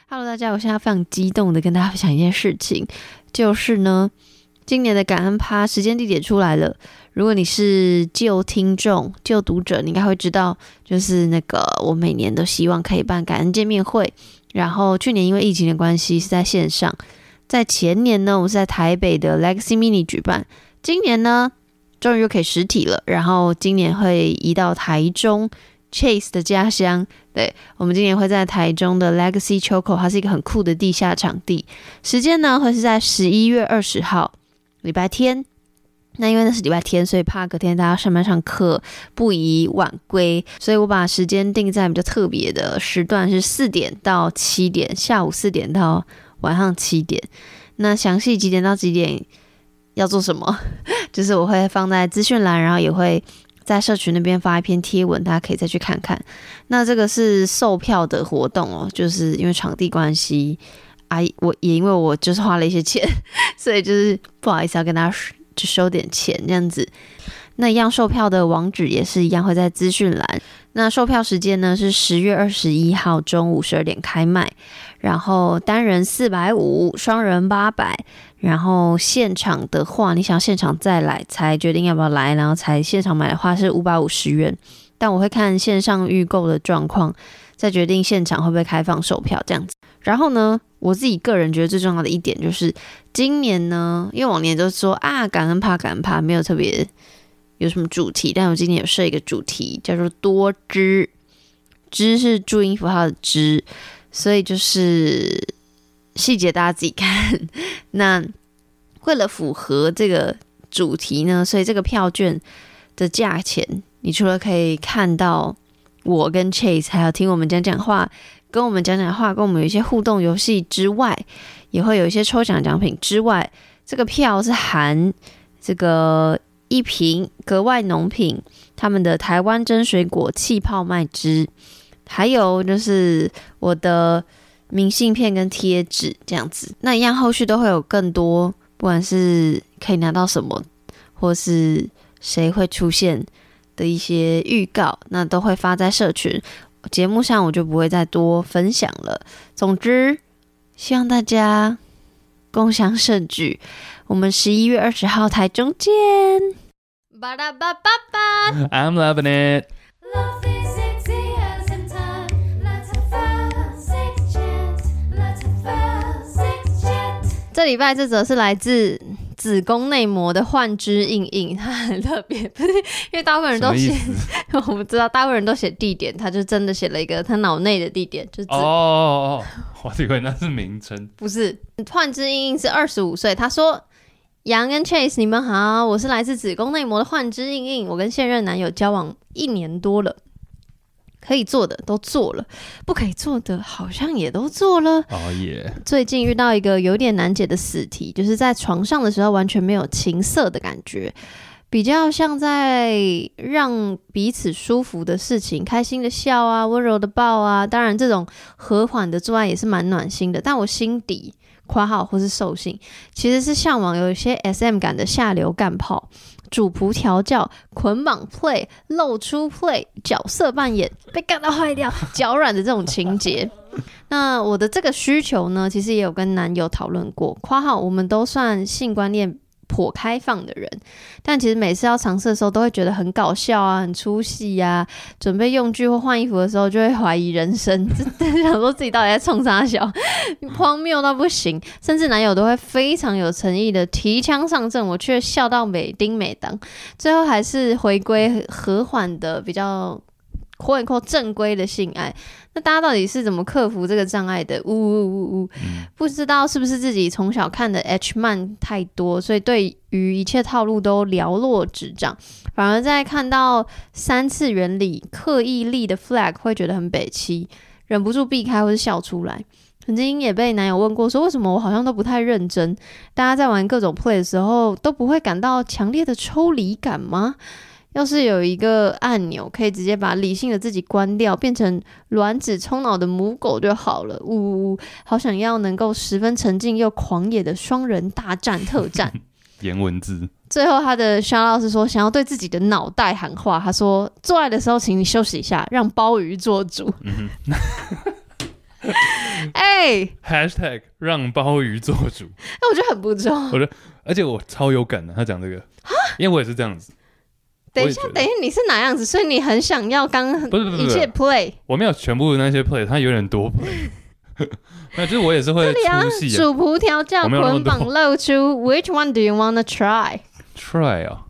Hello， 大家，我现在非常激动的跟大家分享一件事情，就是呢，今年的感恩趴时间地点出来了。如果你是旧听众、旧读者，你应该会知道，就是那个我每年都希望可以办感恩见面会，然后去年因为疫情的关系是在线上，在前年呢，我是在台北的 Legacy Mini 举办，今年呢，终于又可以实体了，然后今年会移到台中 Chase 的家乡。对，我们今年会在台中的 Legacy Choco， 它是一个很酷的地下场地，时间呢会是在11月20号礼拜天。那因为那是礼拜天，所以怕隔天大家上班上课不宜晚归，所以我把时间定在比较特别的时段，是4点到7点，下午4点到晚上7点。那详细几点到几点要做什么，就是我会放在资讯栏，然后也会在社群那边发一篇贴文，大家可以再去看看。那这个是售票的活动哦，就是因为场地关系啊，我也因为我就是花了一些钱，所以就是不好意思要跟大家就收点钱这样子。那一样售票的网址也是一样会在资讯栏。那售票时间呢是10月21号中午12点开卖，然后单人450，双人800，然后现场的话，你想现场再来才决定要不要来，然后才现场买的话是550元，但我会看线上预购的状况，再决定现场会不会开放售票这样子。然后呢，我自己个人觉得最重要的一点就是，今年呢，因为往年都说啊感恩趴没有特别有什么主题，但我今年有设一个主题叫做多知，知是注音符号的知，所以就是细节大家自己看。那为了符合这个主题呢，所以这个票券的价钱，你除了可以看到我跟 Chase 还有听我们讲话，跟我们讲话，跟我们有一些互动游戏之外，也会有一些抽奖奖品之外，这个票是含这个一瓶格外农品他们的台湾真水果气泡麦汁，还有就是我的明信片跟贴纸这样子。那一样后续都会有更多，不管是可以拿到什么，或是谁会出现的一些预告，那都会发在社群节目上，我就不会再多分享了。总之，希望大家共襄盛举。我们11月20号台中见。巴拉巴巴巴 I'm loving it. Love is sexy as in time. Let's have a sex chat. Let's have a sex chat. 这礼拜这则是来自子宫内膜的幻之印印，它很特别，不是因为大部分人都写，我不知道，大部分人都写地点，他就真的写了一个他脑内的地点，就是哦，我以为那是名称。 不是，幻之印印是25岁，他说杨跟 Chase 你们好，我是来自子宫内膜的幻之印印，我跟现任男友交往1年多了，可以做的都做了，不可以做的好像也都做了。 哦耶！ 最近遇到一个有点难解的死题，就是在床上的时候完全没有情色的感觉，比较像在让彼此舒服的事情，开心的笑啊，温柔的抱啊。当然这种和缓的做爱也是蛮暖心的，但我心底括号或是兽性其实是向往有一些 SM 感的下流干炮，主仆调教，捆绑 play， 露出 play， 角色扮演，被干到坏掉，脚软的这种情节。那我的这个需求呢，其实也有跟男友讨论过，括号我们都算性观念颇开放的人，但其实每次要尝试的时候都会觉得很搞笑啊，很出戏啊，准备用具或换衣服的时候就会怀疑人生，真的想说自己到底在冲啥小，荒谬到不行，甚至男友都会非常有诚意的提枪上阵，我却笑到美丁美当，最后还是回归和缓的比较正规的性爱。那大家到底是怎么克服这个障碍的？不知道是不是自己从小看的 H 漫太多，所以对于一切套路都了若指掌，反而在看到3次元里刻意立的 flag 会觉得很北七，忍不住避开或是笑出来。曾经也被男友问过说，为什么我好像都不太认真，大家在玩各种 play 的时候都不会感到强烈的抽离感吗？要是有一个按钮可以直接把理性的自己关掉，变成卵子冲脑的母狗就好了。好想要能够十分沉静又狂野的双人大战特战。 颜文字。 最后他的 shout out 是说，想要对自己的脑袋喊话，他说做爱的时候请你休息一下，让鲍鱼做主。 对， hashtag 让鲍鱼做主， 那我觉得很不重。 而且我超有感的，他讲这个，因为我也是这样子。 等一下我也觉，得等一下，你是哪样子？所以你很想要不是一切 play 我没有全部那些 play，他有点多 play。那就是我也是会这里啊， 出戏啊主仆调教我没有那么多捆绑露出 ，Which one do you wanna try? ，try 啊。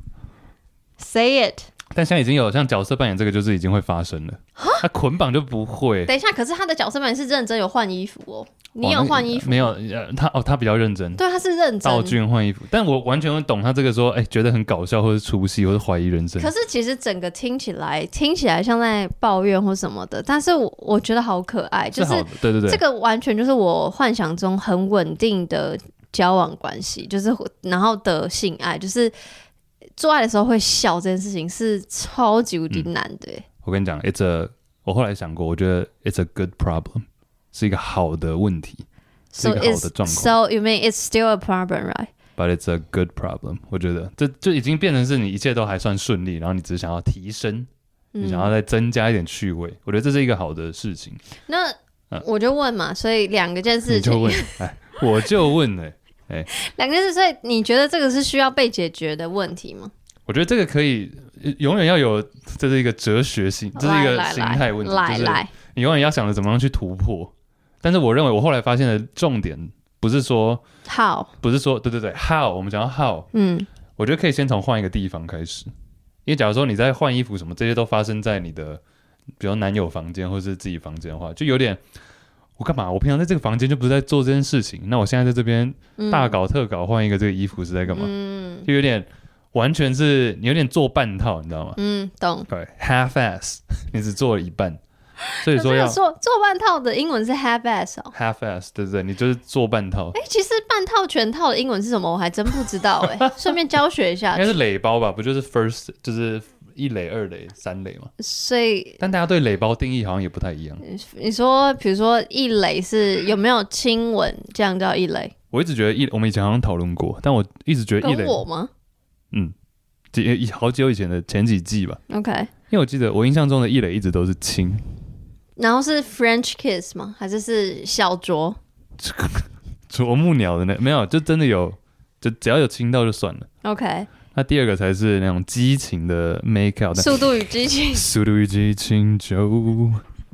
Say it。 但现在已经有像角色扮演这个，就是已经会发生了。他捆绑就不会。 等一下，可是他的角色扮演是认真有换衣服哦。你哦那有换衣服？ 没有？他比较认真。 对，他是认真。 道具换衣服，但我完全会懂他这个说，觉得很搞笑，或者出戏，或者怀疑人生。 可是其实整个听起来像在抱怨或什么的，但是我觉得好可爱，就是好的，对对对， 这个完全就是我幻想中很稳定的交往关系，就是然后的性爱，就是做爱的时候会笑这件事情是超级无敌难的耶。 我跟你讲我后来想过，我觉得 it's a good problem， 是一个好的问题，是一个好的状况。 So you mean it's still a problem, right? But it's a good problem。我觉得这就已经变成是你一切都还算顺利，然后你只是想要提升，你想要再增加一点趣味。我觉得这是一个好的事情。 那我就问嘛，所以两件事情， 你就问，我就问两件事，所以你觉得这个是需要被解决的问题吗？ 我觉得这个可以永远要有，这是一个哲学性，这是一个心态问题，就是你永远要想着怎么样去突破。但是我认为我后来发现的重点不是说 how， 不是说对 how， 我们讲到 how， 我觉得可以先从换一个地方开始，因为假如说你在换衣服什么，这些都发生在你的比如男友房间或是自己房间的话，就有点我干嘛？我平常在这个房间就不是在做这件事情，那我现在在这边大搞特搞换一个这个衣服是在干嘛？就有点完全是你有点做半套，你知道吗？ 懂。 对 ，half ass， 你只做了一半，所以说要做半套的英文是 half ass 哦。 half ass， 对不对？你就是做半套。 其实半套全套的英文是什么？我还真不知道顺便教学一下。 应该是垒包吧？不就是 first 就是一垒、二垒、三垒嘛？ 所以， 但大家对垒包定义好像也不太一样。 你说，比如说一垒是有没有亲吻，这样叫一垒？ 我一直觉得我们以前好像讨论过，但我一直觉得一垒跟我吗？ 好久以前的前几季吧。 OK， 因为我记得我印象中的一垒一直都是亲， 然后是 French kiss 吗？还是小啄？ 啄木鸟的没有，就真的有，就只要有亲到就算了。 OK， 那第二个才是那种激情的 make out， 速度与激情， 速度与激情就，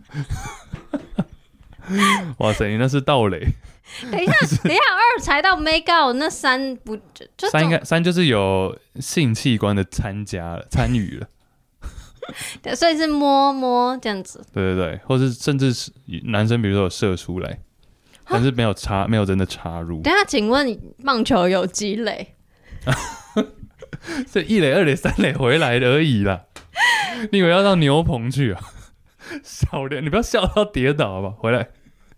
哇塞，你那是盗垒。 等一下，二才到 make out， 那三不就三就是有性器官的参与了， 对，所以是摸这样子。 对对对，或是甚至是男生，比如说有射出来，但是没有真的插入。 等一下，请问棒球有几垒？ 所以一垒、二垒、三垒回来而已啦。你以为要到牛棚去啊？少点，你不要笑到跌倒好不好？回来。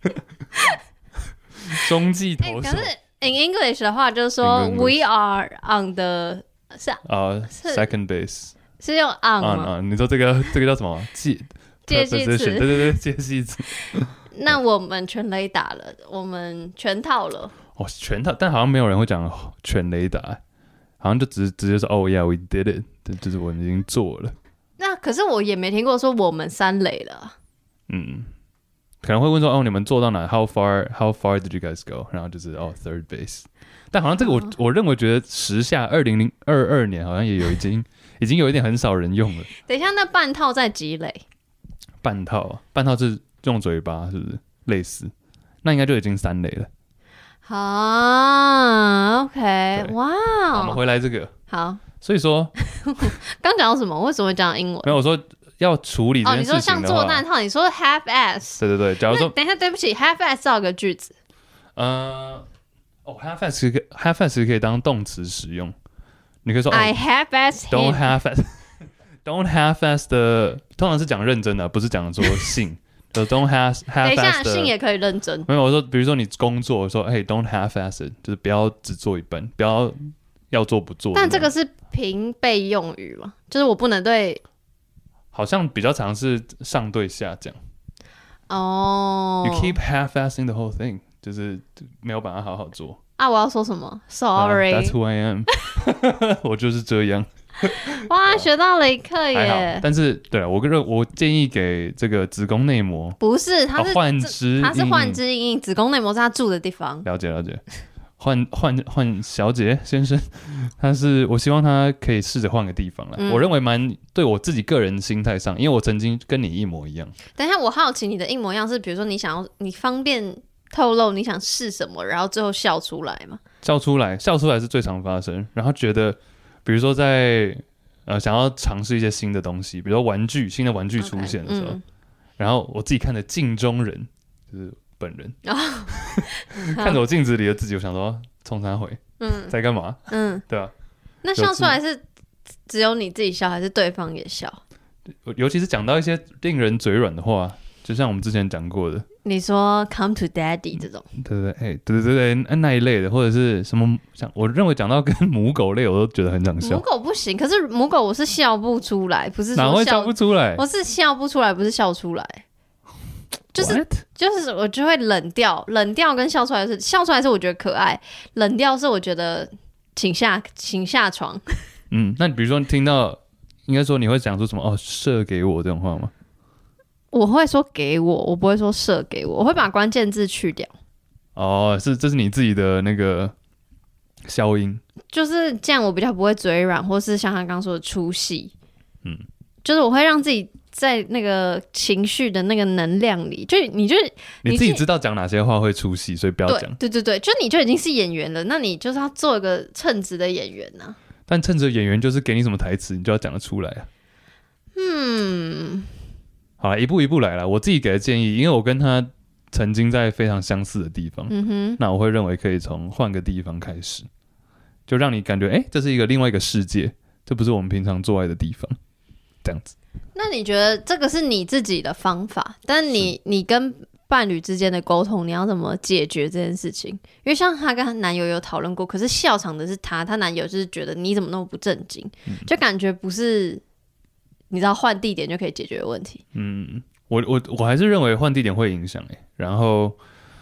中继投手。 可是 in English 的话，就是说 we are on the 是 second base 是用 on 吗？ 你说这个叫什么？介系词， 对对对，介系词。 那我们全垒打了，我们全套了。 哦，全套，但好像没有人会讲全垒打，好像就直接说Oh yeah, we did it， 就是我们已经做了。 那可是我也没听过说我们三垒了。 可能会问说你们做到哪 ？How far did you guys go？ 然后就是third base。但好像这个我认为觉得时下2022年好像也已经有一点很少人用了。 等一下，那半套在几垒？ 半套是用嘴巴，是不是类似？那应该就已经三垒了。 OK， 哇， 我们回来这个好。 所以说， 刚讲到什么？为什么会讲英文？ 没有，我说要处理这件事情的话， 你说像做半套，你说 half ass， 对对对。假如说， 等一下，对不起 ，half ass 造个句子。 half ass 可以当动词使用。你可以说 I half ass him。 don't half ass 的，通常是讲认真的，不是讲说性。就 don't half ass 的。 等一下，性也可以认真。 没有，我说，比如说你工作，说don't half ass it， 就是不要只做一半，不要做不做。 但这个是平辈用语嘛？就是我不能对。 好像比较常是上对下讲。 You keep half-assing the whole thing， 就是没有把它好好做。 我要说什么 ？Sorry， That's who I am 。我就是这样。 哇，学到了一课还耶好。！但是对了，我建议给这个子宫内膜不是，它是换肢， 它是换肢阴影，子宫内膜是他住的地方。 了解了解。换小姐先生，我希望他可以试着换个地方了。我认为对我自己个人心态上，因为我曾经跟你一模一样。 等一下，我好奇你的一模一样是，比如说你方便透露你想试什么，然后最后笑出来吗？ 笑出来是最常发生。然后觉得，比如说在想要尝试一些新的东西，比如说新的玩具出现的时候，然后我自己看着镜中人，就是本人，看着我镜子里的自己，我想说冲啥回，在干嘛？对啊。 那笑出来是只有你自己笑，还是对方也笑？ 尤其是讲到一些令人嘴软的话，就像我们之前讲过的， 你说 "Come to Daddy" 这种， 对，那一类的，或者是什么，像我认为讲到跟母狗类，我都觉得很想笑。 母狗不行，可是母狗我是笑不出来，不是说哪会笑不出来？ 我是笑不出来，不是笑出来。就是我就会冷掉跟笑出来是我觉得可爱，冷掉是我觉得请下床。 那你比如说听到，应该说你会讲出什么射给我这种话吗？ 我会说给我不会说射给我，我会把关键字去掉。 这是你自己的那个消音，就是这样，我比较不会嘴软，或是像他刚刚说的出戏。就是我会让自己在那个情绪的那个能量里，你自己知道讲哪些话会出戏，所以不要讲。 对，就你就已经是演员了，那你就是要做一个称职的演员啊。 但称职的演员就是给你什么台词，你就要讲得出来啊。好啦，一步一步来啦。我自己给的建议，因为我跟他曾经在非常相似的地方，那我会认为可以从换个地方开始，就让你感觉，这是另外一个世界，这不是我们平常做爱的地方，这样子。 那你觉得这个是你自己的方法，但你跟伴侣之间的沟通，你要怎么解决这件事情？因为像她跟她男友有讨论过，可是笑场的是她男友就是觉得你怎么那么不正经，就感觉不是你知道换地点就可以解决的问题。 我还是认为换地点会影响然后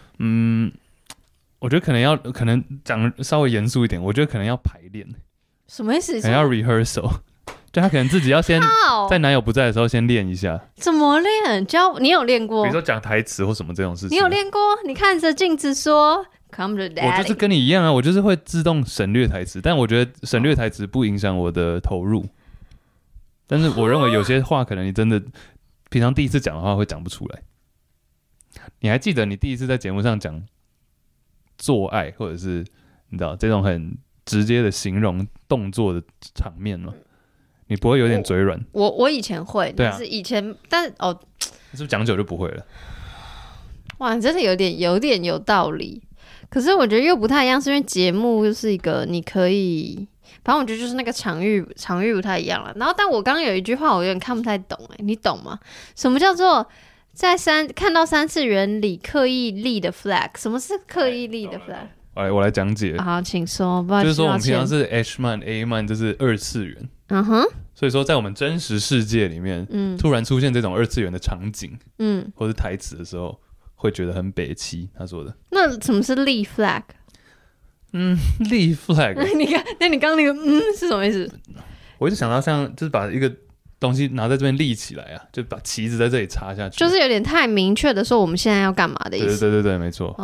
我觉得可能讲稍微严肃一点，我觉得可能要排练。 什么意思？ 可能要 rehearsal。就他可能自己要先在男友不在的时候先练一下。 怎么练？你有练过？ 比如说讲台词或什么这种事情。 你有练过？你看着镜子说 "Come to Daddy"。 我就是跟你一样啊，我就是会自动省略台词，但我觉得省略台词不影响我的投入。但是我认为有些话可能你真的平常第一次讲的话会讲不出来。你还记得你第一次在节目上讲做爱，或者是你知道这种很直接的形容动作的场面吗？你不会有点嘴软？ 我以前会， 对啊， 但是以前，但是不是讲久就不会了。 哇，真的有点有道理。可是我觉得又不太一样，是因为节目就是一个你可以，反正我觉得就是那个场域不太一样了。然后，但我刚刚有一句话我有点看不太懂，你懂吗？什么叫做在看到3次元里刻意立的 flag？ 什么是刻意立的 flag？ 我来讲解。 好，请说。 就是说我们平常是 H 漫 A 漫，就是2次元。所以说在我们真实世界里面，突然出现这种2次元的场景，或是台词的时候，会觉得很北七。他说的。那什么是立 flag？ 立 flag。 你看，那你刚刚那个是什么意思？ 我就想到像就是把一个东西拿在这边立起来啊，就把旗子在这里插下去， 就是有点太明确的说我们现在要干嘛的意思。 对，没错。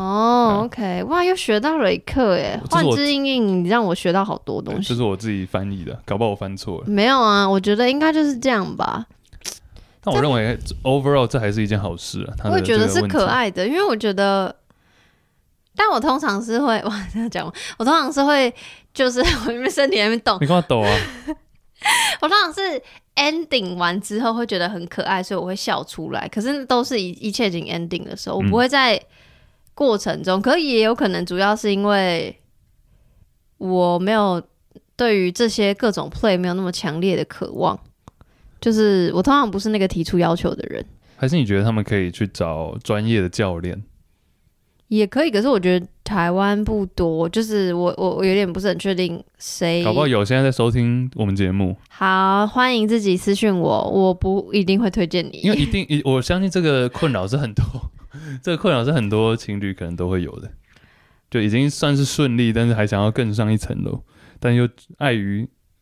OK， 哇，又学到了一课耶！换之应应，你让我学到好多东西。 这是我自己翻译的，搞不好我翻错了。 没有啊，我觉得应该就是这样吧。 但我认为 overall 这还是一件好事啊。 我觉得是可爱的，因为我觉得，但我通常是会这样讲，我通常是会就是我因为身体在那边动， 你干嘛抖啊？ 我通常是 ending 完之后会觉得很可爱，所以我会笑出来。可是都是一切已经 ending 的时候，我不会在过程中。可也有可能主要是因为我没有对于这些各种 play 没有那么强烈的渴望，就是我通常不是那个提出要求的人。 还是你觉得他们可以去找专业的教练？ 也可以，可是我觉得台湾不多，就是我有点不是很确定谁。 搞不好有现在在收听我们节目。 好，欢迎自己私讯我，我不一定会推荐你， 因为我相信这个困扰是很多情侣可能都会有的，就已经算是顺利，但是还想要更上一层楼，但又碍于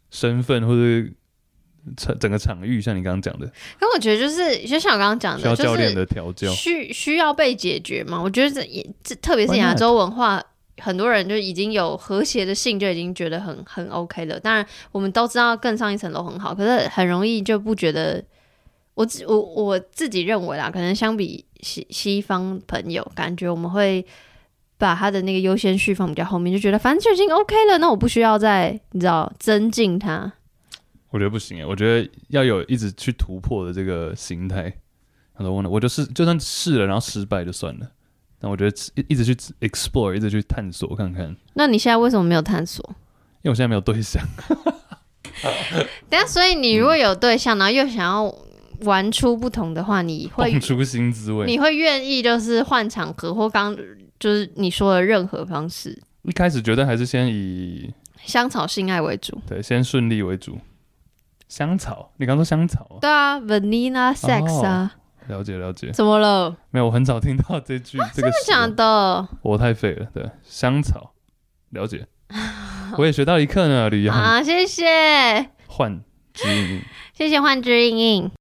身份或者整个场域，像你刚刚讲的， 但我觉得就像我刚刚讲的， 需要教练的调教， 需要被解决嘛。我觉得特别是亚洲文化，很多人就已经有和谐的性，就已经觉得很 OK 了。当然，我们都知道更上一层楼很好，可是很容易就不觉得。我自己认为啦，可能相比西方朋友，感觉我们会把他的那个优先序放比较后面，就觉得反正就已经 OK 了，那我不需要再你知道增进它。 我觉得不行耶，我觉得要有一直去突破的这个心态。我就算试了，然后失败就算了。但我觉得一直去 explore， 一直去探索看看。 那你现在为什么没有探索？ 因为我现在没有对象。 等一下，所以你如果有对象，然后又想要玩出不同的话，你会蹦出新滋味。 你会愿意就是换场合或就是你说的任何方式？ 一开始觉得还是先以香草性爱为主。 对，先顺利为主。香草，你刚说香草？ 对啊 ，vanilla sex 啊。 了解了解。 怎么了？ 没有，我很少听到这句。这个真的假的？ 我太废了。对，香草，了解。我也学到一课呢，吕阳。 啊，谢谢。 幻之音， 谢谢幻之音音。